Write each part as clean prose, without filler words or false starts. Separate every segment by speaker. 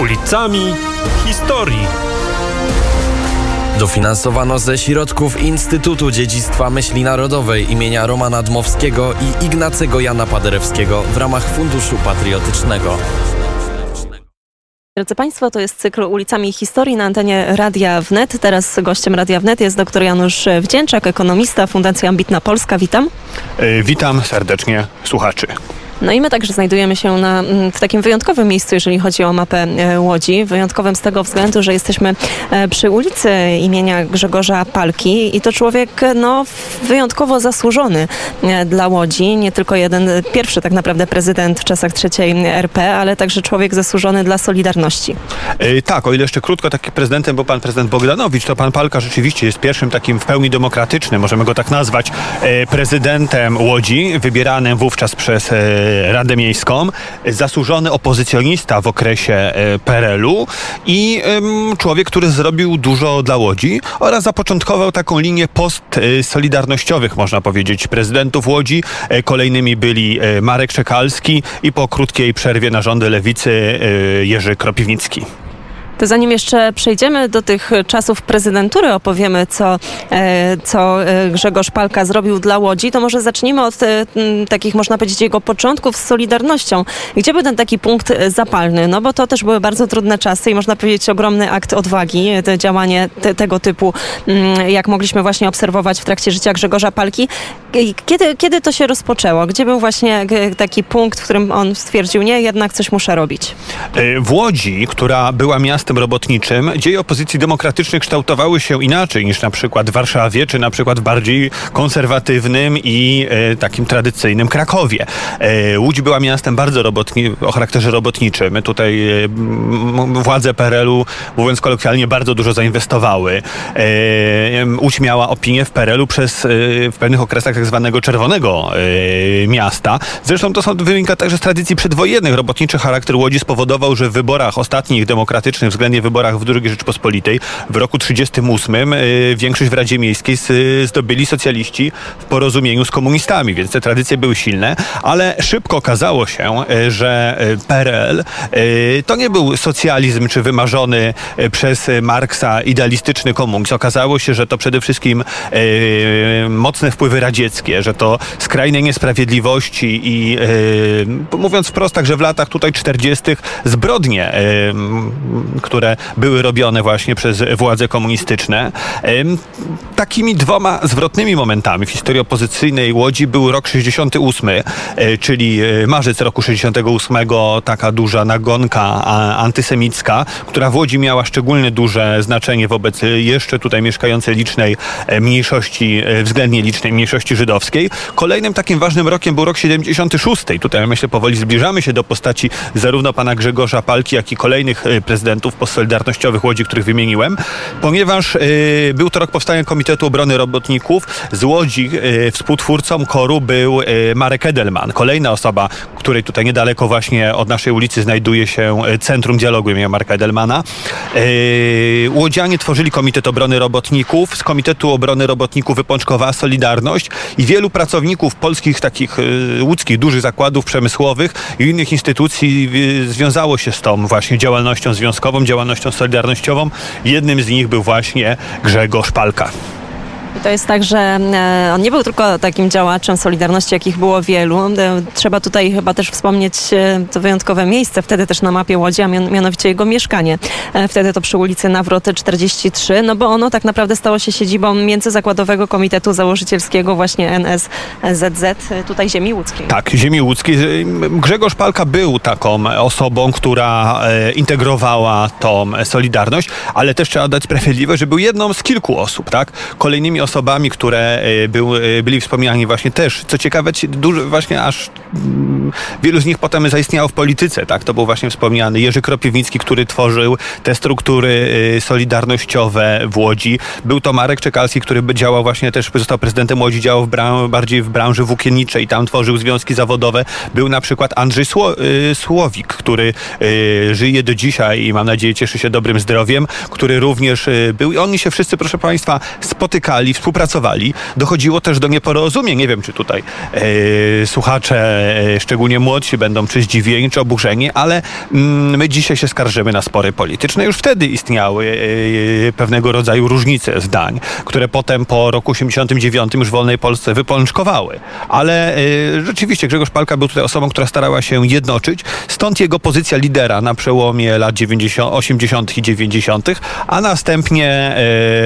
Speaker 1: Ulicami historii.
Speaker 2: Dofinansowano ze środków Instytutu Dziedzictwa Myśli Narodowej imienia Romana Dmowskiego i Ignacego Jana Paderewskiego w ramach Funduszu Patriotycznego.
Speaker 3: Drodzy Państwo, to jest cykl Ulicami Historii na antenie Radia Wnet. Teraz gościem Radia Wnet jest dr Janusz Wdzięczak, ekonomista, Fundacja Ambitna Polska. Witam.
Speaker 4: Witam serdecznie słuchaczy.
Speaker 3: No i my także znajdujemy się w takim wyjątkowym miejscu, jeżeli chodzi o mapę Łodzi. Wyjątkowym z tego względu, że jesteśmy przy ulicy imienia Grzegorza Palki i to człowiek wyjątkowo zasłużony dla Łodzi. Nie tylko pierwszy tak naprawdę prezydent w czasach III RP, ale także człowiek zasłużony dla Solidarności.
Speaker 4: Tak, o ile jeszcze krótko takim prezydentem był pan prezydent Bogdanowicz, to pan Palka rzeczywiście jest pierwszym takim w pełni demokratycznym, możemy go tak nazwać, prezydentem Łodzi, wybieranym wówczas przez Radę Miejską, zasłużony opozycjonista w okresie PRL-u i człowiek, który zrobił dużo dla Łodzi oraz zapoczątkował taką linię post-solidarnościowych, można powiedzieć, prezydentów Łodzi. Kolejnymi byli Marek Czekalski i po krótkiej przerwie na rządy lewicy Jerzy Kropiwnicki.
Speaker 3: To zanim jeszcze przejdziemy do tych czasów prezydentury, opowiemy, co Grzegorz Palka zrobił dla Łodzi, to może zacznijmy od takich, można powiedzieć, jego początków z Solidarnością. Gdzie był ten taki punkt zapalny? No bo to też były bardzo trudne czasy i można powiedzieć ogromny akt odwagi, działanie tego typu, jak mogliśmy właśnie obserwować w trakcie życia Grzegorza Palki. Kiedy to się rozpoczęło? Gdzie był właśnie taki punkt, w którym on stwierdził, nie, jednak coś muszę robić?
Speaker 4: W Łodzi, która była miastem robotniczym, dzieje opozycji demokratycznej kształtowały się inaczej niż na przykład w Warszawie, czy na przykład w bardziej konserwatywnym i takim tradycyjnym Krakowie. Łódź była miastem bardzo o charakterze robotniczym. Tutaj władze PRL-u, mówiąc kolokwialnie, bardzo dużo zainwestowały. Łódź miała opinię w PRL-u w pewnych okresach tak zwanego czerwonego miasta. Zresztą to wynika także z tradycji przedwojennych. Robotniczy charakter Łodzi spowodował, że w wyborach ostatnich demokratycznych, względnie wyborach w II Rzeczypospolitej w roku 1938 większość w Radzie Miejskiej zdobyli socjaliści w porozumieniu z komunistami, więc te tradycje były silne, ale szybko okazało się, że PRL to nie był socjalizm czy wymarzony przez Marksa idealistyczny komunizm. Okazało się, że to przede wszystkim mocne wpływy radzieckie, że to skrajne niesprawiedliwości i mówiąc wprost, także w latach tutaj 40. zbrodnie, które były robione właśnie przez władze komunistyczne. Takimi dwoma zwrotnymi momentami w historii opozycyjnej Łodzi był rok 68, czyli marzec roku 68, taka duża nagonka antysemicka, która w Łodzi miała szczególnie duże znaczenie wobec jeszcze tutaj mieszkającej licznej mniejszości, względnie licznej mniejszości żydowskiej. Kolejnym takim ważnym rokiem był rok 76. Tutaj myślę powoli zbliżamy się do postaci zarówno pana Grzegorza Palki, jak i kolejnych prezydentów postsolidarnościowych Łodzi, których wymieniłem, ponieważ był to rok powstania Komitetu Obrony Robotników. Z Łodzi współtwórcą KOR-u był Marek Edelman. Kolejna osoba, której tutaj niedaleko właśnie od naszej ulicy znajduje się Centrum Dialogu imienia Marka Edelmana. Łodzianie tworzyli Komitet Obrony Robotników. Z Komitetu Obrony Robotników wypączkowała Solidarność i wielu pracowników polskich, takich łódzkich, dużych zakładów przemysłowych i innych instytucji związało się z tą właśnie działalnością związkową, działalnością solidarnościową. Jednym z nich był właśnie Grzegorz Palka.
Speaker 3: To jest tak, że on nie był tylko takim działaczem Solidarności, jakich było wielu. Trzeba tutaj chyba też wspomnieć to wyjątkowe miejsce, wtedy też na mapie Łodzi, a mianowicie jego mieszkanie. Wtedy to przy ulicy Nawroty 43, no bo ono tak naprawdę stało się siedzibą Międzyzakładowego Komitetu Założycielskiego właśnie NSZZ, tutaj ziemi łódzkiej.
Speaker 4: Tak, ziemi łódzkiej. Grzegorz Palka był taką osobą, która integrowała tą Solidarność, ale też trzeba dać sprawiedliwość, że był jedną z kilku osób, tak? Kolejnymi osobami, które byli wspomniani właśnie też, co ciekawe, właśnie aż wielu z nich potem zaistniało w polityce, tak? To był właśnie wspomniany Jerzy Kropiwnicki, który tworzył te struktury solidarnościowe w Łodzi. Był to Marek Czekalski, który działał właśnie też, został prezydentem Łodzi, działał bardziej w branży włókienniczej, tam tworzył związki zawodowe. Był na przykład Andrzej Słowik, który żyje do dzisiaj i mam nadzieję cieszy się dobrym zdrowiem, który również był i oni się wszyscy, proszę państwa, spotykali byli, współpracowali. Dochodziło też do nieporozumień. Nie wiem, czy tutaj słuchacze, szczególnie młodsi, będą czy zdziwieni, czy oburzeni, ale my dzisiaj się skarżymy na spory polityczne. Już wtedy istniały pewnego rodzaju różnice zdań, które potem po roku 1989 już w wolnej Polsce wypączkowały. Ale rzeczywiście Grzegorz Palka był tutaj osobą, która starała się jednoczyć. Stąd jego pozycja lidera na przełomie lat 80. i 90., a następnie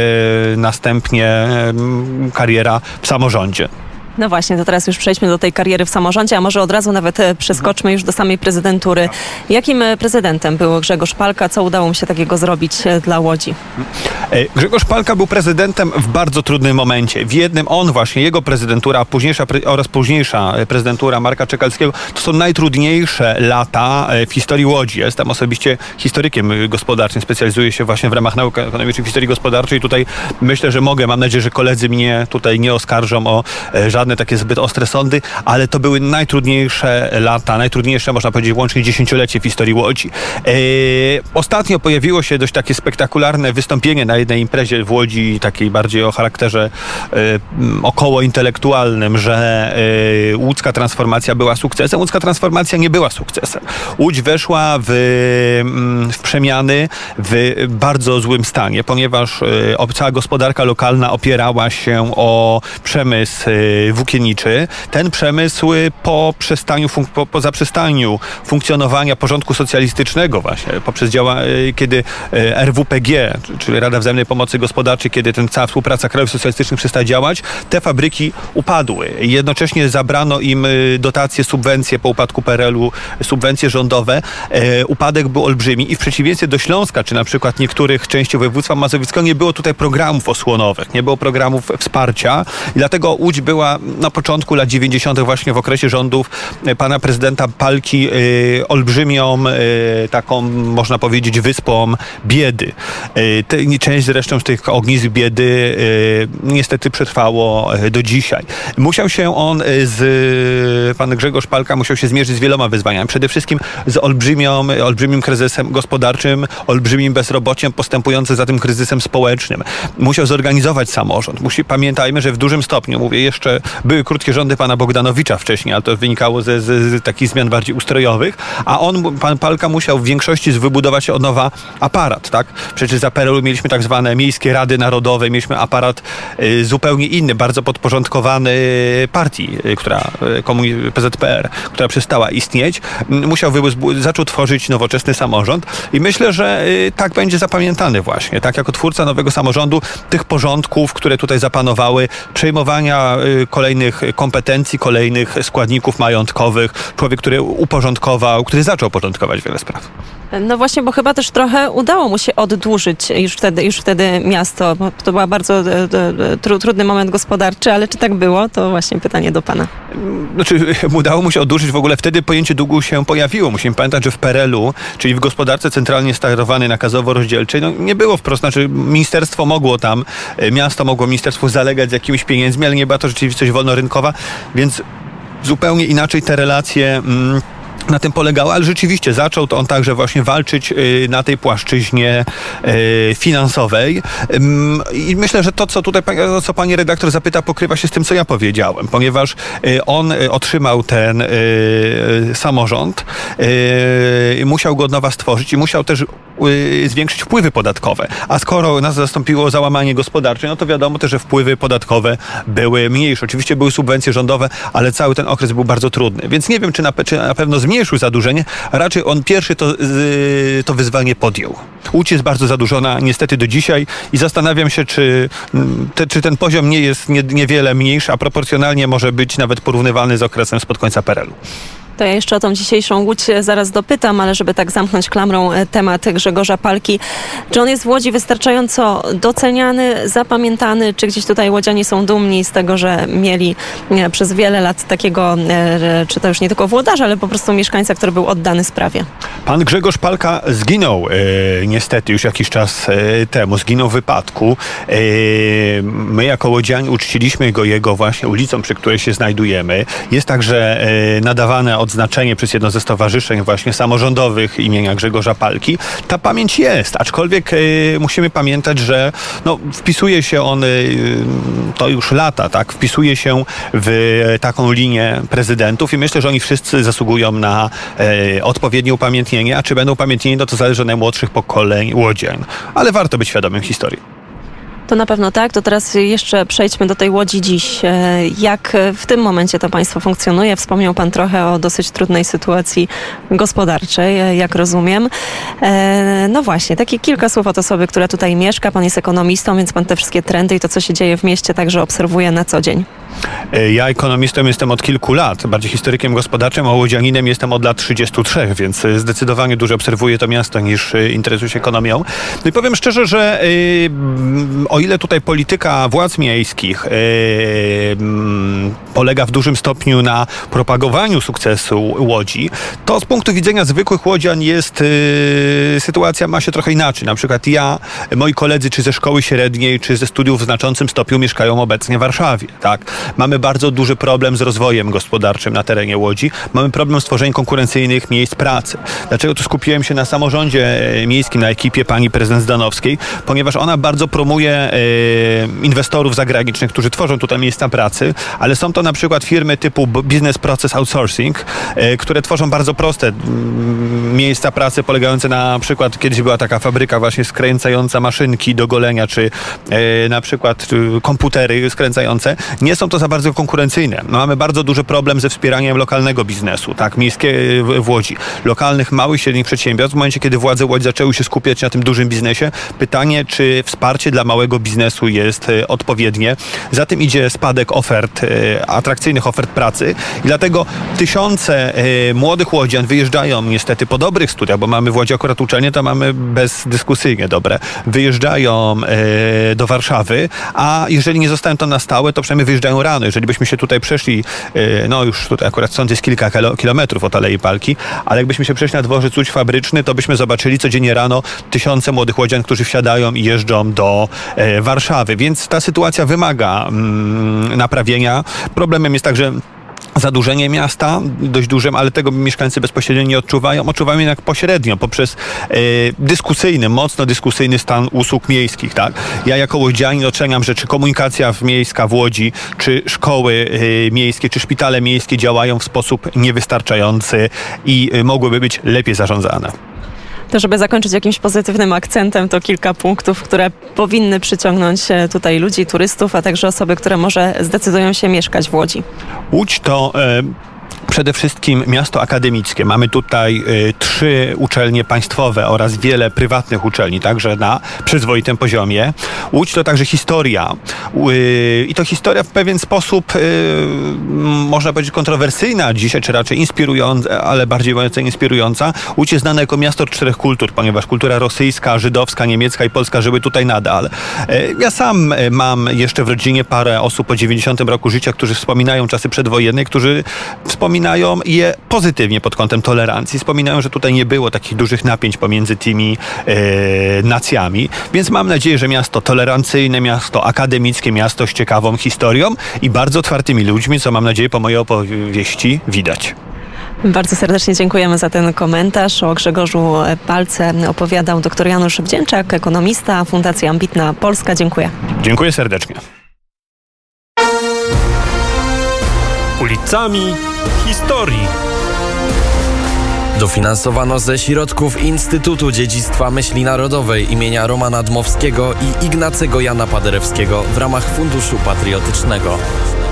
Speaker 4: kariera w samorządzie.
Speaker 3: No właśnie, to teraz już przejdźmy do tej kariery w samorządzie, a może od razu nawet przeskoczmy już do samej prezydentury. Jakim prezydentem był Grzegorz Palka? Co udało mu się takiego zrobić dla Łodzi?
Speaker 4: Grzegorz Palka był prezydentem w bardzo trudnym momencie. W jednym jego prezydentura oraz późniejsza prezydentura Marka Czekalskiego to są najtrudniejsze lata w historii Łodzi. Jestem osobiście historykiem gospodarczym, specjalizuję się właśnie w ramach nauk ekonomicznych w historii gospodarczej. Tutaj myślę, że mam nadzieję, że koledzy mnie tutaj nie oskarżą o żadne takie zbyt ostre sądy, ale to były najtrudniejsze lata, najtrudniejsze, można powiedzieć, łącznie dziesięciolecie w historii Łodzi. Ostatnio pojawiło się dość takie spektakularne wystąpienie na jednej imprezie w Łodzi, takiej bardziej o charakterze około intelektualnym, że łódzka transformacja była sukcesem. Łódzka transformacja nie była sukcesem. Łódź weszła w przemiany w bardzo złym stanie, ponieważ cała gospodarka lokalna opierała się o przemysł włókienniczy. Ten przemysł po zaprzestaniu funkcjonowania porządku socjalistycznego właśnie, kiedy RWPG, czyli Rada Wzajemnej Pomocy Gospodarczej, kiedy cała współpraca krajów socjalistycznych przestała działać, te fabryki upadły. Jednocześnie zabrano im dotacje, subwencje po upadku PRL-u, subwencje rządowe. Upadek był olbrzymi i w przeciwieństwie do Śląska, czy na przykład niektórych części województwa mazowieckiego nie było tutaj programów osłonowych, nie było programów wsparcia i dlatego Łódź była na początku lat 90. właśnie w okresie rządów pana prezydenta Palki olbrzymią taką, można powiedzieć, wyspą biedy. Część zresztą z tych ognisk biedy niestety przetrwało do dzisiaj. Pan Grzegorz Palka musiał się zmierzyć z wieloma wyzwaniami. Przede wszystkim z olbrzymim kryzysem gospodarczym, olbrzymim bezrobociem, postępującym za tym kryzysem społecznym. Musiał zorganizować samorząd. Pamiętajmy, że w dużym stopniu, jeszcze były krótkie rządy pana Bogdanowicza wcześniej, ale to wynikało z takich zmian bardziej ustrojowych, a pan Palka musiał w większości wybudować od nowa aparat, tak? Przecież za PRL-u mieliśmy tak zwane miejskie rady narodowe, mieliśmy aparat zupełnie inny, bardzo podporządkowany partii, PZPR, która przestała istnieć. Zaczął tworzyć nowoczesny samorząd i myślę, że tak będzie zapamiętany właśnie, tak jako twórca nowego samorządu, tych porządków, które tutaj zapanowały, przejmowania kolejnych kompetencji, kolejnych składników majątkowych. Człowiek, który zaczął porządkować wiele spraw.
Speaker 3: No właśnie, bo chyba też trochę udało mu się oddłużyć już wtedy miasto. Bo to był bardzo trudny moment gospodarczy, ale czy tak było? To właśnie pytanie do pana.
Speaker 4: Udało mu się oddłużyć, w ogóle wtedy pojęcie długu się pojawiło. Musimy pamiętać, że w PRL-u, czyli w gospodarce centralnie sterowanej nakazowo-rozdzielczej, nie było wprost, miasto mogło ministerstwu zalegać z jakimiś pieniędzmi, ale nie była to rzeczywistość wolnorynkowa, więc zupełnie inaczej te relacje na tym polegało, ale rzeczywiście zaczął to on także właśnie walczyć na tej płaszczyźnie finansowej. I myślę, że to, co pani redaktor zapyta, pokrywa się z tym, co ja powiedziałem, ponieważ on otrzymał ten samorząd, musiał go od nowa stworzyć i musiał też zwiększyć wpływy podatkowe. A skoro nas zastąpiło załamanie gospodarcze, no to wiadomo też, że wpływy podatkowe były mniejsze. Oczywiście były subwencje rządowe, ale cały ten okres był bardzo trudny. Więc nie wiem, czy na pewno zmniejszył zadłużenie. Raczej on pierwszy to wyzwanie podjął. Łódź jest bardzo zadłużona niestety do dzisiaj i zastanawiam się, czy ten poziom nie jest niewiele mniejszy, a proporcjonalnie może być nawet porównywalny z okresem spod końca PRL-u.
Speaker 3: To ja jeszcze o tą dzisiejszą Łódź zaraz dopytam, ale żeby tak zamknąć klamrą temat Grzegorza Palki. Czy on jest w Łodzi wystarczająco doceniany, zapamiętany? Czy gdzieś tutaj łodzianie są dumni z tego, że mieli przez wiele lat takiego, czy to już nie tylko włodarza, ale po prostu mieszkańca, który był oddany sprawie?
Speaker 4: Pan Grzegorz Palka zginął niestety już jakiś czas temu. Zginął w wypadku. My jako łodzianie uczciliśmy go jego właśnie ulicą, przy której się znajdujemy. Jest także nadawane odznaczenie przez jedno ze stowarzyszeń właśnie samorządowych imienia Grzegorza Palki. Ta pamięć jest, aczkolwiek musimy pamiętać, że wpisuje się on, to już lata, tak, wpisuje się w taką linię prezydentów i myślę, że oni wszyscy zasługują na odpowiednie upamiętnienie. A czy będą upamiętnieni, to zależy od najmłodszych pokoleń łodzian. Ale warto być świadomym historii.
Speaker 3: To na pewno tak. To teraz jeszcze przejdźmy do tej Łodzi dziś. Jak w tym momencie to państwo funkcjonuje? Wspomniał pan trochę o dosyć trudnej sytuacji gospodarczej, jak rozumiem. No właśnie, takie kilka słów od osoby, która tutaj mieszka. Pan jest ekonomistą, więc pan te wszystkie trendy i to, co się dzieje w mieście, także obserwuje na co dzień.
Speaker 4: Ja ekonomistą jestem od kilku lat, bardziej historykiem gospodarczym, a łodzianinem jestem od lat 33, więc zdecydowanie dużo obserwuję to miasto niż interesuję się ekonomią. No i powiem szczerze, że o ile tutaj polityka władz miejskich polega w dużym stopniu na propagowaniu sukcesu Łodzi, to z punktu widzenia zwykłych łodzian jest sytuacja ma się trochę inaczej. Na przykład moi koledzy czy ze szkoły średniej, czy ze studiów w znaczącym stopniu mieszkają obecnie w Warszawie, tak? Mamy bardzo duży problem z rozwojem gospodarczym na terenie Łodzi. Mamy problem z tworzeniem konkurencyjnych miejsc pracy. Dlaczego tu skupiłem się na samorządzie miejskim, na ekipie pani prezydent Zdanowskiej? Ponieważ ona bardzo promuje inwestorów zagranicznych, którzy tworzą tutaj miejsca pracy, ale są to na przykład firmy typu Business Process Outsourcing, które tworzą bardzo proste miejsca pracy polegające na przykład, kiedyś była taka fabryka właśnie skręcająca maszynki do golenia, czy na przykład komputery skręcające. Nie są to za bardzo konkurencyjne. Mamy bardzo duży problem ze wspieraniem lokalnego biznesu, tak, miejskie w Łodzi. Lokalnych, małych, średnich przedsiębiorstw. W momencie, kiedy władze Łodzi zaczęły się skupiać na tym dużym biznesie, pytanie, czy wsparcie dla małego biznesu jest odpowiednie. Za tym idzie spadek ofert, atrakcyjnych ofert pracy i dlatego tysiące młodych łodzian wyjeżdżają niestety po dobrych studiach, bo mamy w Łodzi akurat uczelnie, to mamy bezdyskusyjnie dobre. Wyjeżdżają do Warszawy, a jeżeli nie zostają to na stałe, to przynajmniej wyjeżdżają rano. Jeżeli byśmy się tutaj przeszli, już tutaj akurat stąd jest kilka kilometrów od Alei Palki, ale jakbyśmy się przeszli na dworzec Łódź Fabryczny, to byśmy zobaczyli codziennie rano tysiące młodych łodzian, którzy wsiadają i jeżdżą do Warszawy. Więc ta sytuacja wymaga naprawienia. Problemem jest także zadłużenie miasta, dość dużym, ale tego mieszkańcy bezpośrednio nie odczuwają. Odczuwają jednak pośrednio, poprzez mocno dyskusyjny stan usług miejskich. Tak? Ja jako łodzianin oceniam, że czy komunikacja miejska w Łodzi, czy szkoły miejskie, czy szpitale miejskie działają w sposób niewystarczający i mogłyby być lepiej zarządzane.
Speaker 3: To żeby zakończyć jakimś pozytywnym akcentem, to kilka punktów, które powinny przyciągnąć tutaj ludzi, turystów, a także osoby, które może zdecydują się mieszkać w Łodzi.
Speaker 4: Łódź to przede wszystkim miasto akademickie. Mamy tutaj 3 uczelnie państwowe oraz wiele prywatnych uczelni, także na przyzwoitym poziomie. Łódź to także historia. I to historia w pewien sposób, można powiedzieć, kontrowersyjna dzisiaj, czy raczej inspirująca, ale bardziej inspirująca. Łódź jest znana jako miasto 4 kultur, ponieważ kultura rosyjska, żydowska, niemiecka i polska żyły tutaj nadal. Ja sam mam jeszcze w rodzinie parę osób po 90 roku życia, którzy wspominają czasy przedwojenne, którzy wspominają je pozytywnie pod kątem tolerancji. Wspominają, że tutaj nie było takich dużych napięć pomiędzy tymi nacjami. Więc mam nadzieję, że miasto tolerancyjne, miasto akademickie, miasto z ciekawą historią i bardzo otwartymi ludźmi, co mam nadzieję po mojej opowieści widać.
Speaker 3: Bardzo serdecznie dziękujemy za ten komentarz. O Grzegorzu Palce opowiadał dr Janusz Wdzięczak, ekonomista, Fundacja Ambitna Polska. Dziękuję.
Speaker 4: Dziękuję serdecznie.
Speaker 1: Ulicami historii.
Speaker 2: Dofinansowano ze środków Instytutu Dziedzictwa Myśli Narodowej imienia Romana Dmowskiego i Ignacego Jana Paderewskiego w ramach Funduszu Patriotycznego.